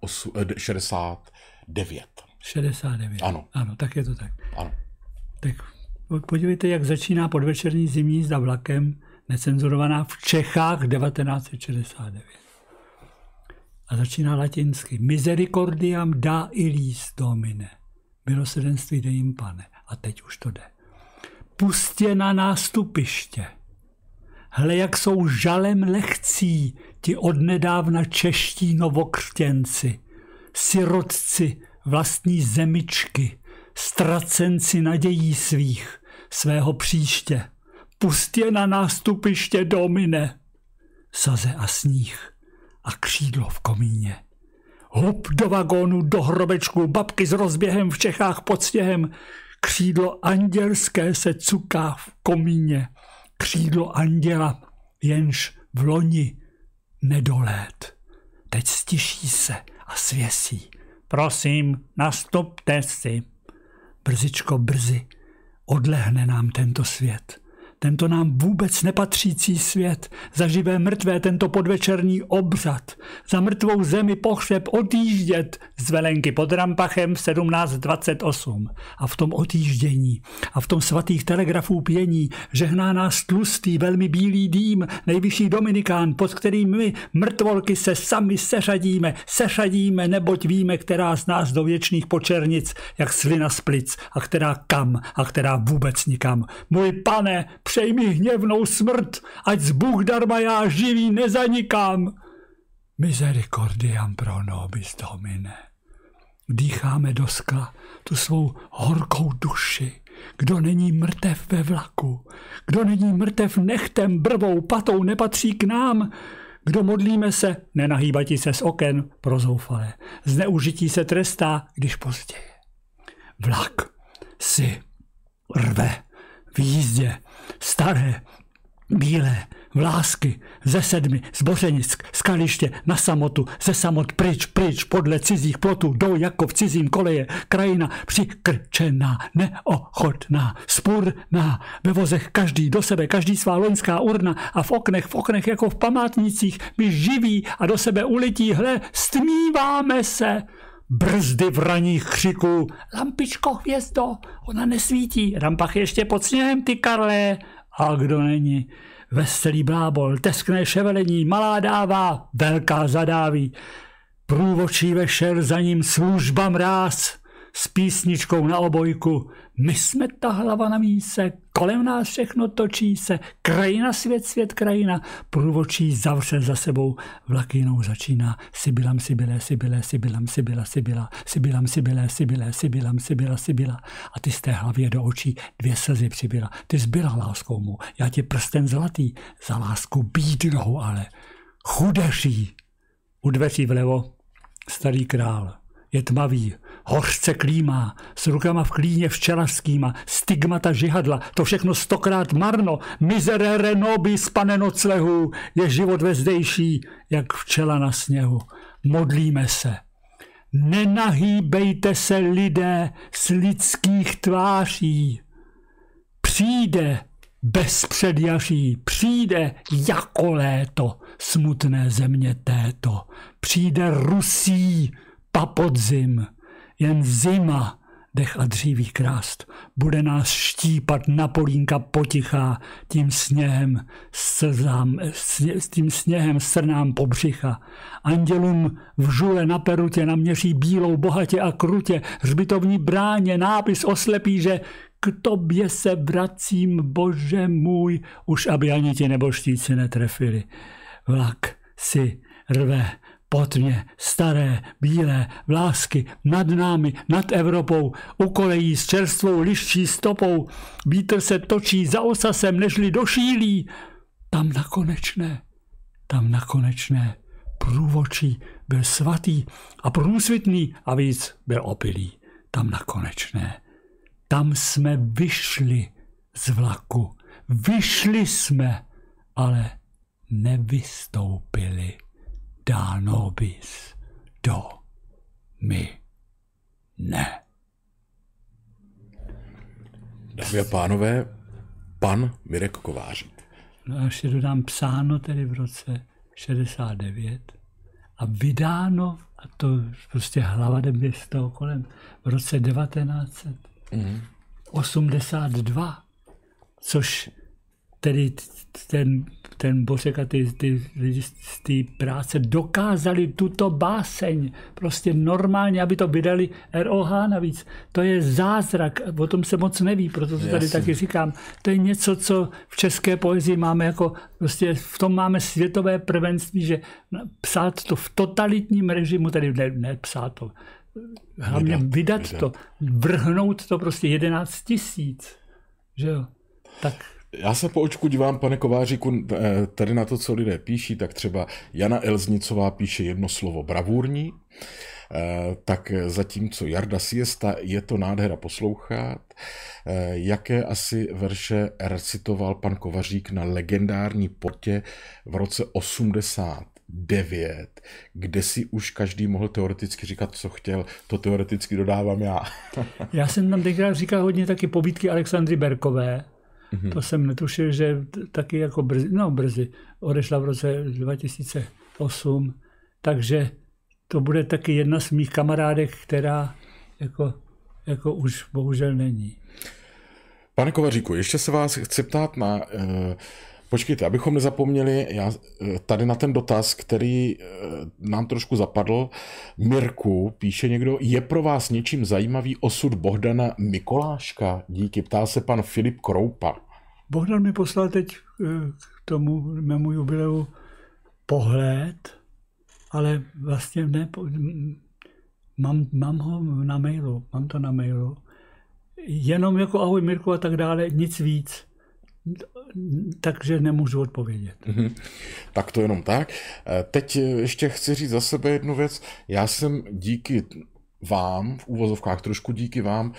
69. 69. Ano. Ano, tak je to tak. Ano. Tak podívejte, jak začíná podvečerní zimní jízda vlakem, necenzurovaná v Čechách 1969. A začíná latinsky. Misericordiam da illis Domine. Milosrdenství dej jim, Pane. A teď už to jde. Pustě na nástupiště. Hle, jak jsou žalem lehcí ti odnedávna čeští novokřtěnci, sirotci vlastní zemičky, ztracenci nadějí svého příště. Pustě na nástupiště, Domine. Saze a sníh a křídlo v komíně. Hup do vagónu, do hrobečku, babky s rozběhem v Čechách pod sněhem, Křídlo andělské se cuká v komíně. Křídlo anděla, jenž v loni nedolét. Teď stiší se a svěsí. Prosím, nastupte si. Brzičko brzy odlehne nám tento svět. Tento nám vůbec nepatřící svět, za živé mrtvé tento podvečerní obřad, za mrtvou zemi pohřeb odjíždět z Velenky pod Rampachem 1728. A v tom odjíždění a v tom svatých telegrafů pění žehná nás tlustý, velmi bílý dým, nejvyšší Dominikán, pod kterým my mrtvolky se sami seřadíme, neboť víme, která z nás do věčných počernic, jak slina z plic, a která kam, a která vůbec nikam. Můj pane, přej mi hněvnou smrt, ať z Bůh darma já živý nezanikám. Misericordiam pro nobis Domine. Dýcháme do skla tu svou horkou duši. Kdo není mrtev ve vlaku, kdo není mrtev nechtem, brvou, patou, nepatří k nám. Kdo modlíme se, nenahýbatí se z oken pro zoufalé. Zneužití se trestá, když později. Vlak si rve v jízdě, staré, bílé, vlásky, ze Sedmi, z Bořenick, z Kaliště, na samotu, ze samot pryč, podle cizích plotů, jdou jako v cizím koleje, krajina přikrčená, neochotná, spurná, ve vozech každý do sebe, každý svá loňská urna a v oknech jako v památnicích, my živí a do sebe ulití, hle, stmíváme se. Brzdy v raních křiků. Lampičko, hvězdo, ona nesvítí. Rampach ještě pod sněhem, ty Karle. A kdo není? Veselý blábol, teskné ševelení, malá dává, velká zadáví. Průvočí vešel za ním služba mráz s písničkou na obojku. My jsme ta hlava na míse, kolem nás všechno točí se, krajina, svět, krajina. Průvočí zavře za sebou, vlak jinou začíná. Sibylam, Sibyle, Sibyle, Sibylam, Sibyla, Sibyla, Sibylam, Sibyle, Sibyle, Sibylam, Sibyla, Sibyla. A ty z té hlavě do očí 2 slzy přibyla. Ty zbyla láskou mu, já ti prsten zlatý, za lásku bídnou, ale chudeří. U dveří vlevo starý král. Je tmavý, hořce klímá, s rukama v klíně včelařskýma, stigmata žihadla, to všechno 100krát marno, miserere nobis, pane noclehu, je život vezdejší, jak včela na sněhu. Modlíme se. Nenahýbejte se, lidé, z lidských tváří. Přijde bez předjaří, přijde jako léto, smutné země této, přijde Rusí, podzim, jen zima, dech a dříví krást, bude nás štípat na polínka potichá, tím sněhem srnám po břicha. Andělům v žule na perutě naměří bílou bohatě a krutě, hřbitovní bráně nápis oslepí, že k tobě se vracím, Bože můj, už aby ani ti nebožtíci netrefili. Vlak si rve potmě, staré, bílé, vlásky nad námi, nad Evropou, u kolejí s čerstvou liščí stopou. Vítr se točí za osasem, nežli došílí. Tam na konečné průvočí byl svatý a průsvitný a víc byl opilý. Tam na konečné. Tam jsme vyšli z vlaku. Vyšli jsme, ale nevystoupili. Da nobis, do, my, ne. Dámy a pánové, pan Mirek Kovářík. No a ještě dodám psáno tedy v roce 69 a vydáno, a to prostě hlava jde z toho kolem, v roce 1982, což tedy ten Bořek a ty lidi z té práce dokázali tuto báseň prostě normálně, aby to vydali ROH navíc. To je zázrak, o tom se moc neví, proto to tady taky říkám. To je něco, co v české poezii máme jako, prostě v tom máme světové prvenství, že psát to v totalitním režimu, tedy ne psát to, hlavně vydat to, vrhnout to prostě 11 000, že jo, tak. Já se po očku dívám, pane Kováříku, tady na to, co lidé píší, tak třeba Jana Elznicová píše jedno slovo bravurní Tak zatímco Jarda Siesta je to nádhera poslouchat, jaké asi verše recitoval pan Kovařík na legendární portě v roce 89, kde si už každý mohl teoreticky říkat, co chtěl, to teoreticky dodávám já. Já jsem tam tenkrát říkal hodně taky povídky Alexandry Berkové. To jsem netušil, že taky jako brzy odešla v roce 2008, takže to bude taky jedna z mých kamarádek, která jako už bohužel není. Pane Kovaříku, ještě se vás chci ptát na... Počkejte, abychom nezapomněli tady na ten dotaz, který nám trošku zapadl. Mirku, píše někdo, je pro vás něčím zajímavý osud Bohdana Mikoláška? Díky, ptá se pan Filip Kroupa. Bohdan mi poslal teď k tomu mému jubileu pohled, ale vlastně ne, mám ho na mailu, mám to na mailu. Jenom jako ahoj Mirku a tak dále, nic víc. Takže nemůžu odpovědět. Tak to jenom tak. Teď ještě chci říct za sebe jednu věc. Já jsem díky vám, v úvozovkách trošku díky vám,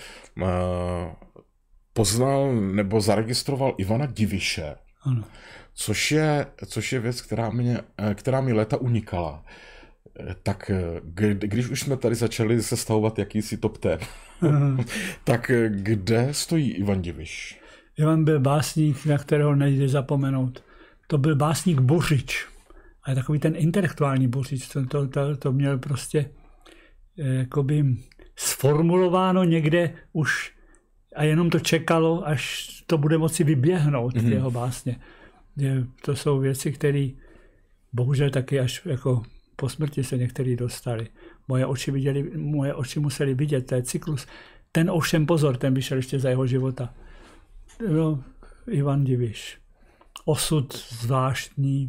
poznal nebo zaregistroval Ivana Diviše. Ano. Což je věc, která mi léta unikala. Tak když už jsme tady začali sestavovat jakýsi top 10, tak kde stojí Ivan Diviš? Ivan byl básník, na kterého nejde zapomenout. To byl básník Bořič. Ale takový ten intelektuální Bořič. To měl prostě jakoby sformulováno někde už a jenom to čekalo, až to bude moci vyběhnout, jeho básně. To jsou věci, které bohužel taky až jako po smrti se některý dostali. Moje oči museli vidět, to je cyklus. Ten ovšem pozor, ten vyšel ještě za jeho života. No, Ivan Diviš. Osud zvláštní.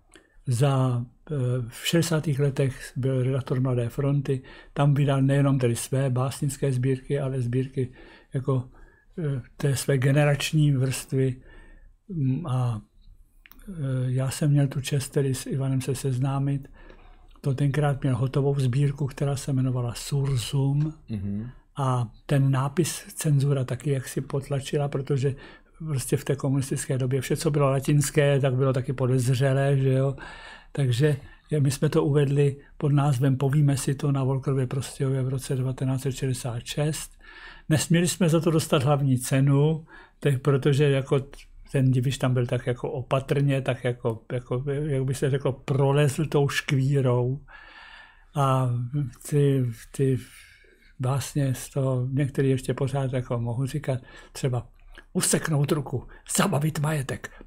V 60. letech byl redaktor Mladé fronty. Tam vydal nejenom tedy své básnické sbírky, ale sbírky jako té své generační vrstvy. A já jsem měl tu čest tedy s Ivanem se seznámit. To tenkrát měl hotovou sbírku, která se jmenovala Sursum. A ten nápis cenzura taky jaksi potlačila, protože prostě v té komunistické době vše, co bylo latinské, tak bylo taky podezřelé, že jo. Takže my jsme to uvedli pod názvem Povíme si to na Wolkerově Prostějově v roce 1966. Nesměli jsme za to dostat hlavní cenu, protože jako ten Diviš tam byl tak jako opatrně, tak jako jak by se řeklo, prolezl tou škvírou. A ty vlastně z toho některý ještě pořád jako mohu říkat, třeba useknout ruku, zabavit majetek,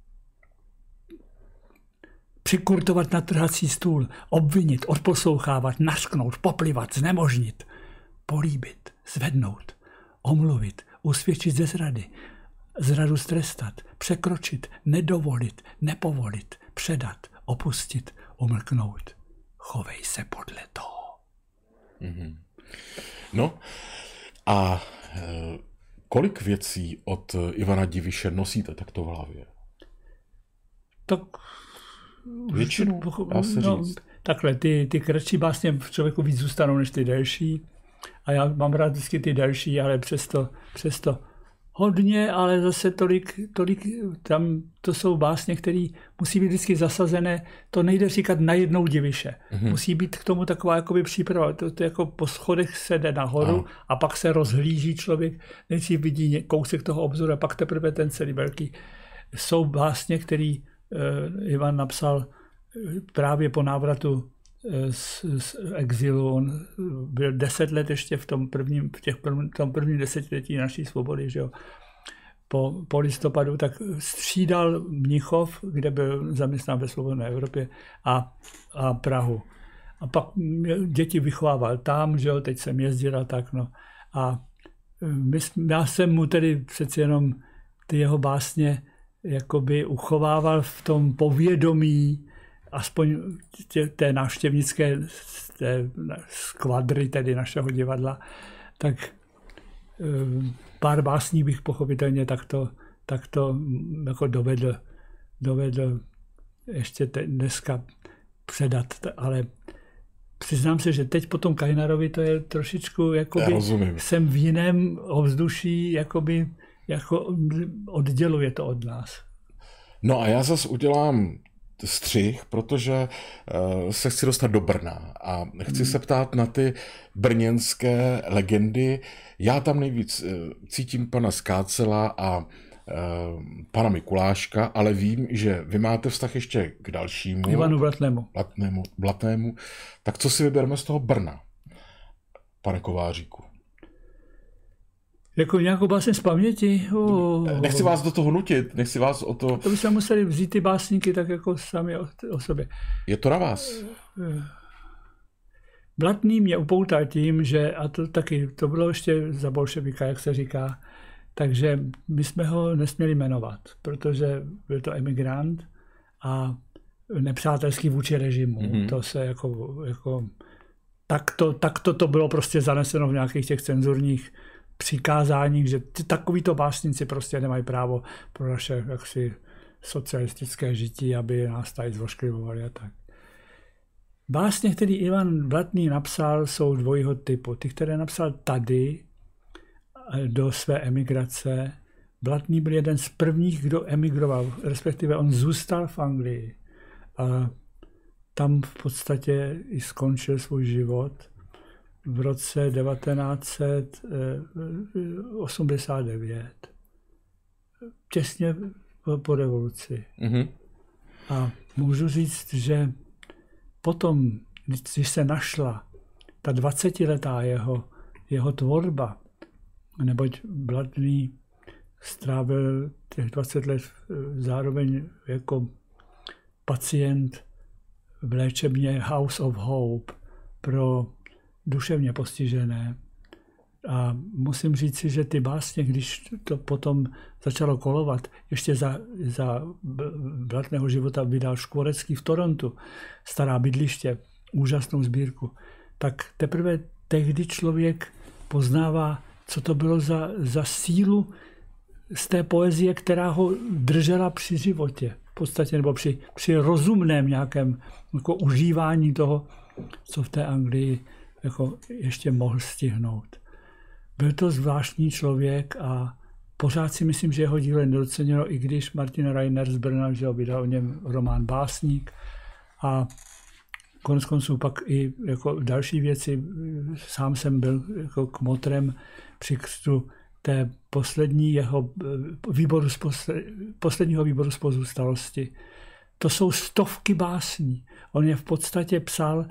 přikurtovat na trhací stůl, obvinit, odposlouchávat, nařknout, poplivat, znemožnit, políbit, zvednout, omluvit, usvědčit ze zrady, zradu strestat, překročit, nedovolit, nepovolit, předat, opustit, umlknout. Chovej se podle toho. No a kolik věcí od Ivana Diviše nosíte takto v hlavě? Tak většinu, dá se říct. Takhle, ty kratší básně v člověku víc zůstanou než ty delší. A já mám rád vždycky ty delší, ale přesto hodně, ale zase tolik tam to jsou básně, které musí být vždycky zasazené. To nejde říkat najednou Diviše. Musí být k tomu taková jakoby příprava. To jako po schodech se jde nahoru a pak se rozhlíží člověk, nejdřív vidí kousek toho obzoru a pak teprve ten celý velký. Jsou básně, které Ivan napsal právě po návratu z exilu. On byl 10 let ještě v tom prvním desetiletí naší svobody, že jo. Po listopadu, tak střídal Mnichov, kde byl zaměstnán ve Svobodné Evropě, a Prahu. A pak děti vychovával tam, že jo, teď jsem jezdil a tak, no. A já jsem mu tedy přeci jenom ty jeho básně jakoby uchovával v tom povědomí, aspoň té návštěvnické skvadry, tedy našeho divadla, tak pár básní bych pochopitelně takto jako dovedl ještě dneska předat, ale přiznám se, že teď po tom Kajnarovi to je trošičku, jakoby jsem v jiném ovzduší, jakoby, jako odděluje to od nás. No a já zase udělám střih, protože se chci dostat do Brna a chci se ptát na ty brněnské legendy. Já tam nejvíc cítím pana Skácela a pana Mikuláška, ale vím, že vy máte vztah ještě k dalšímu. Ivanu Blatnému. Tak co si vybereme z toho Brna, pane Kováříku? Jako nějakou báseň z paměti? Nechci vás do toho nutit, nechci vás o to... To bychom museli vzít ty básníky tak jako sami o sobě. Je to na vás. Blatný mě upoutal tím, že, a to taky, to bylo ještě za bolševika, jak se říká, takže my jsme ho nesměli jmenovat, protože byl to emigrant a nepřátelský vůči režimu. Mm-hmm. To se jako takto to bylo prostě zaneseno v nějakých těch cenzurních přikázáních, že takovýto básníci prostě nemají právo pro naše jaksi socialistické žití, aby nás tady zvošklivovali a tak. Básně, který Ivan Blatný napsal, jsou dvojího typu. Ty, které napsal tady do své emigrace. Blatný byl jeden z prvních, kdo emigroval, respektive on zůstal v Anglii. A tam v podstatě i skončil svůj život v roce 1989. Těsně po revoluci. Mm-hmm. A můžu říct, že potom, když se našla ta 20letá jeho tvorba, neboť Blatný strávil těch 20 let zároveň jako pacient v léčebně House of Hope pro duševně postižené. A musím říct si, že ty básně, když to potom začalo kolovat, ještě za Blatného života vydal Škvorecký v Torontu, Stará bydliště, úžasnou sbírku, tak teprve tehdy člověk poznává, co to bylo za sílu z té poezie, která ho držela při životě. V podstatě, nebo při rozumném nějakém jako užívání toho, co v té Anglii jako ještě mohl stihnout. Byl to zvláštní člověk a pořád si myslím, že jeho dílo je nedoceněno, i když Martin Reiner z Brna, že vydal o něm román Básník a koneckonců pak i jako další věci. Sám jsem byl jako kmotrem při křtu té posledního výboru z pozůstalosti. To jsou stovky básní. On je v podstatě psal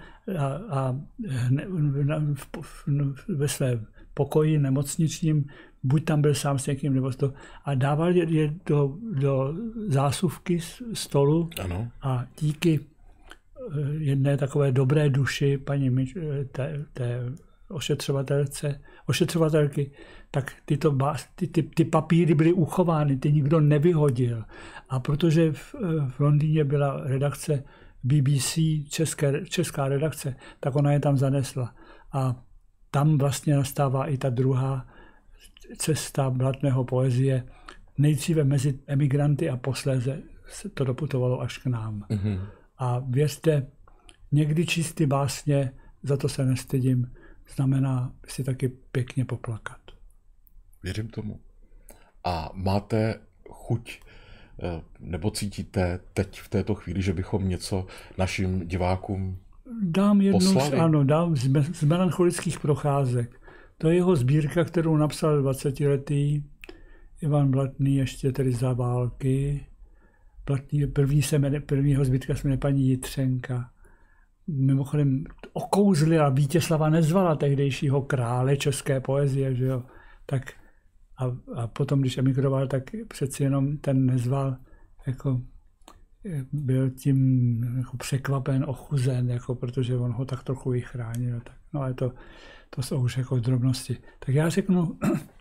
ve svém pokoji nemocničním, buď tam byl sám s někým, nebo to, a dával je do zásuvky stolu. Ano. A díky jedné takové dobré duši paní té ošetřovatelky, tak ty papíry byly uchovány, ty nikdo nevyhodil. A protože v Londýně byla redakce BBC, česká redakce, tak ona je tam zanesla. A tam vlastně nastává i ta druhá cesta Blatného poezie. Nejdříve mezi emigranty a posléze se to doputovalo až k nám. Mm-hmm. A věřte, někdy číst ty básně, za to se nestydím, znamená si taky pěkně poplakat. Věřím tomu. A máte chuť, nebo cítíte teď v této chvíli, že bychom něco našim divákům dám z melancholických procházek. To je jeho sbírka, kterou napsal 20letý Ivan Blatný, ještě tedy za války. Prvního sbírka se jmenuje Paní Jitřenka. Mimochodem okouzlila Vítězslava Nezvala, tehdejšího krále české poezie, že jo. Tak a potom, když emigroval, tak přeci jenom ten Nezval jako byl tím jako překvapen, ochuzen, jako, protože on ho tak trochu i chránil. Tak, no ale to jsou už jako drobnosti. Tak já řeknu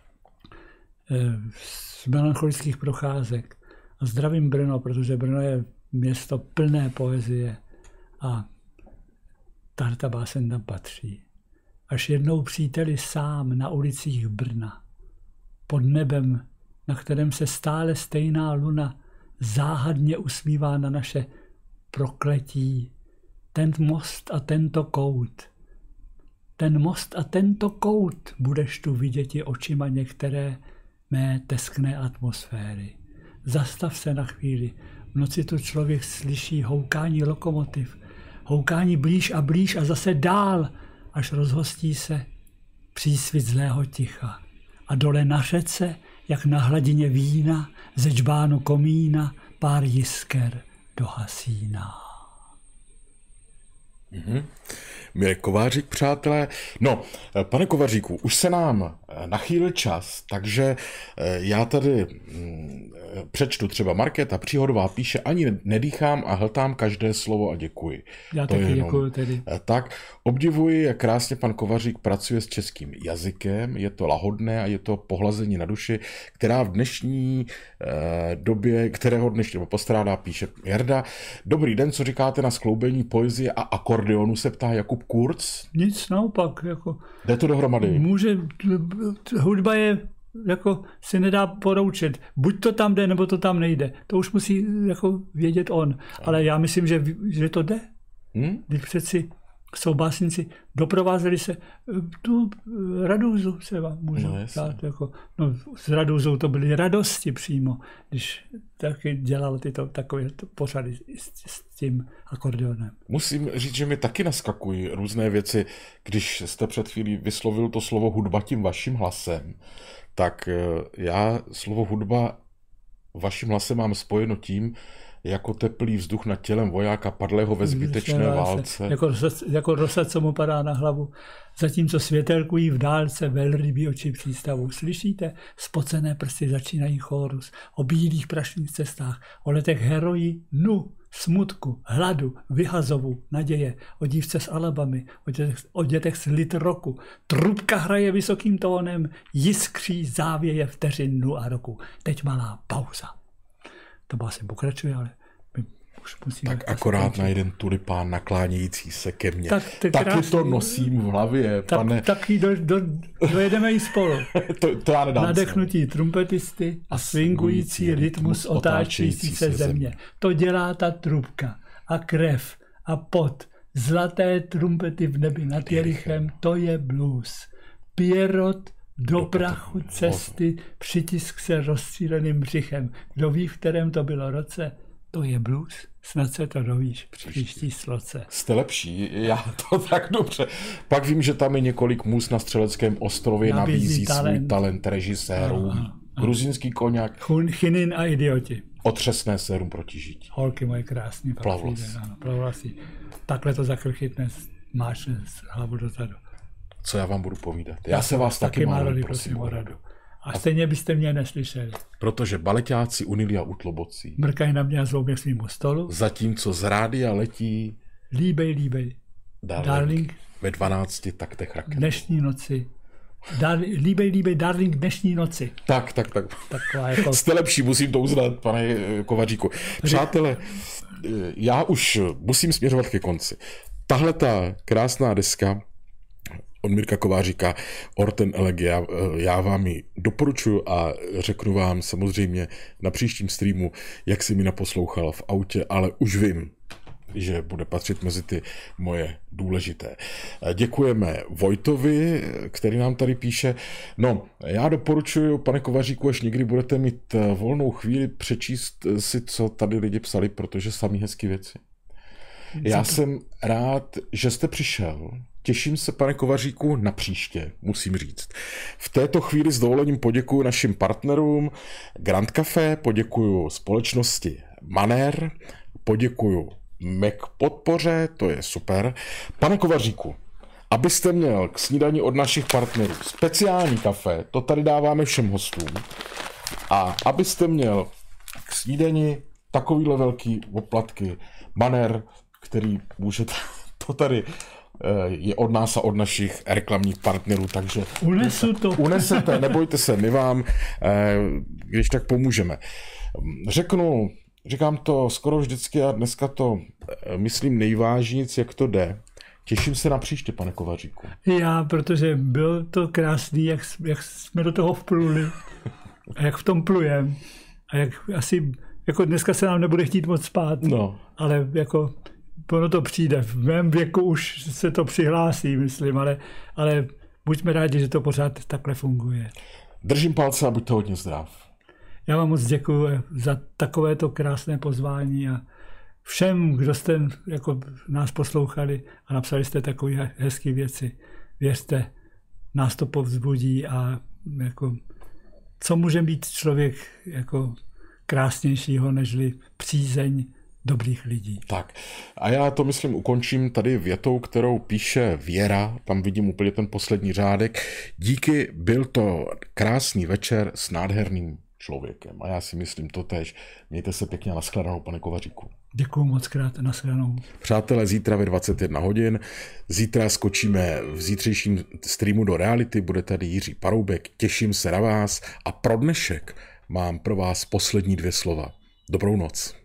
z melancholických procházek. A zdravím Brno, protože Brno je město plné poezie a ta báseň tam patří. Až jednou příteli sám na ulicích Brna, pod nebem, na kterém se stále stejná luna záhadně usmívá na naše prokletí, ten most a tento kout. Ten most a tento kout budeš tu vidět i očima některé mé teskné atmosféry. Zastav se na chvíli. V noci tu člověk slyší houkání lokomotiv. Houkání blíž a blíž a zase dál, až rozhostí se přísvit zlého ticha. A dole na řece, jak na hladině vína, ze džbánu komína, pár jisker dohasíná. Mirek Kovářík, přátelé. No, pane Kováříku, už se nám nachýlil čas, takže já tady přečtu třeba Markéta Příhodová píše, ani nedýchám a hltám každé slovo a děkuji. Já taky děkuji tedy. Tak, obdivuji, jak krásně pan Kovářík pracuje s českým jazykem, je to lahodné a je to pohlazení na duši, která v dnešní době, kterého dnešního postrádá, píše Jarda. Dobrý den, co říkáte na skloubení poezie a akordeonu, se ptá Jakub Kurz. Nic, naopak. Jako, jde to dohromady? Hudba je, jako si nedá poroučet. Buď to tam jde, nebo to tam nejde. To už musí jako vědět on. Ale já myslím, že to jde. Když přeci jsou básníci, doprovázeli se, tu Radúzu se vám můžu dát. Jako, s Radúzou to byly radosti přímo, když taky dělal takové pořady s tím akordeonem. Musím říct, že mi taky naskakují různé věci, když jste před chvílí vyslovil to slovo hudba tím vaším hlasem, tak já slovo hudba vaším hlasem mám spojeno tím, jako teplý vzduch nad tělem vojáka padlého ve zbytečné válce. Jako rosa, co mu padá na hlavu. Zatímco světelkují v dálce velrybí oči přístavu. Slyšíte? Spocené prsty začínají chórus. O bílých prašných cestách, o letech herojí, smutku, hladu, vyhazovu, naděje, o dívce s Alabamy, o dětech z Litroku. Trubka hraje vysokým tónem, jiskří závěje vteřin a roku. Teď malá pauza. To asi pokračuje, ale my už musíme... Tak akorát na jeden tulipán naklánějící se ke mně. Taky to nosím v hlavě, pane. Taky dojedeme i spolu. to já nedám. Nadechnutí trumpetisty a swingující rytmus otáčející se země. To dělá ta trubka a krev a pot. Zlaté trumpety v nebi nad Jerichem, to je blues. Pierrot do prachu cesty, přitisk se rozstříleným břichem. Kdo ví, v kterém to bylo roce, to je blues. Snad se to dovíš příští sloce. Jste lepší, já to tak dobře. Pak vím, že tam je několik můz na Střeleckém ostrově, nabízí svůj talent režisérům. Gruzínský koněk. Chinin a idioti. Otřesné sérum proti žití. Holky moje krásný. Plavlasy. Takhle to zakrchytne, máš hlavu dozadu. Co já vám budu povídat? Já se vás taky málo prosím o radu. A stejně byste mě neslyšeli. Protože baleťáci unili a utlobocí. Mrkají na mě a zvou mě svýmu stolu. Zatímco z rádia letí... Líbej. Darling. Ve 12 taktech raket. Dnešní noci. Líbej, darling, dnešní noci. Tak. Jako... Jste lepší, musím to uznat, pane Kovaříku. Přátelé, já už musím směřovat ke konci. Tahle ta krásná deska od Mirka Kováříka Orten Elegia, já vám ji doporučuji a řeknu vám samozřejmě na příštím streamu, jak si mi naposlouchal v autě, ale už vím, že bude patřit mezi ty moje důležité. Děkujeme Vojtovi, který nám tady píše. No, já doporučuji, pane Kovaříku, až někdy budete mít volnou chvíli, přečíst si, co tady lidi psali, protože samý hezky věci. Já jsem rád, že jste přišel. Těším se, pane Kovaříku, na příště, musím říct. V této chvíli s dovolením poděkuji našim partnerům Grand Café, poděkuji společnosti Maner, poděkuji Mac podpoře, to je super. Pane Kovaříku, abyste měl k snídani od našich partnerů speciální kafe, to tady dáváme všem hostům, a abyste měl k snídani takovýhle velký oplatky Maner, který můžete, to tady je od nás a od našich reklamních partnerů, takže unesete, nebojte se, my vám, když tak pomůžeme. Říkám to skoro vždycky a dneska to myslím nejvážnějc, jak to jde. Těším se na příště, pane Kovaříku. Já, protože bylo to krásný, jak jsme do toho vpluli a jak v tom plujem a jak asi, jako dneska se nám nebude chtít moc spát, ale jako ono to přijde. V mém věku už se to přihlásí, myslím, ale buďme rádi, že to pořád takhle funguje. Držím palce a buďte hodně zdrav. Já vám moc děkuji za takovéto krásné pozvání a všem, kdo jste jako nás poslouchali a napsali jste takové hezké věci. Věřte, nás to povzbudí a jako, co může být člověk jako krásnějšího, nežli přízeň dobrých lidí. Tak a já to myslím ukončím tady větou, kterou píše Věra, tam vidím úplně ten poslední řádek. Díky, byl to krásný večer s nádherným člověkem. A já si myslím totéž. Mějte se pěkně, a nashledanou, pane Kovaříku. Děkuju moc krát, nashledanou. Přátelé, zítra ve 21 hodin. Zítra skočíme v zítřejším streamu do reality. Bude tady Jiří Paroubek. Těším se na vás. A pro dnešek mám pro vás poslední 2 slova. Dobrou noc.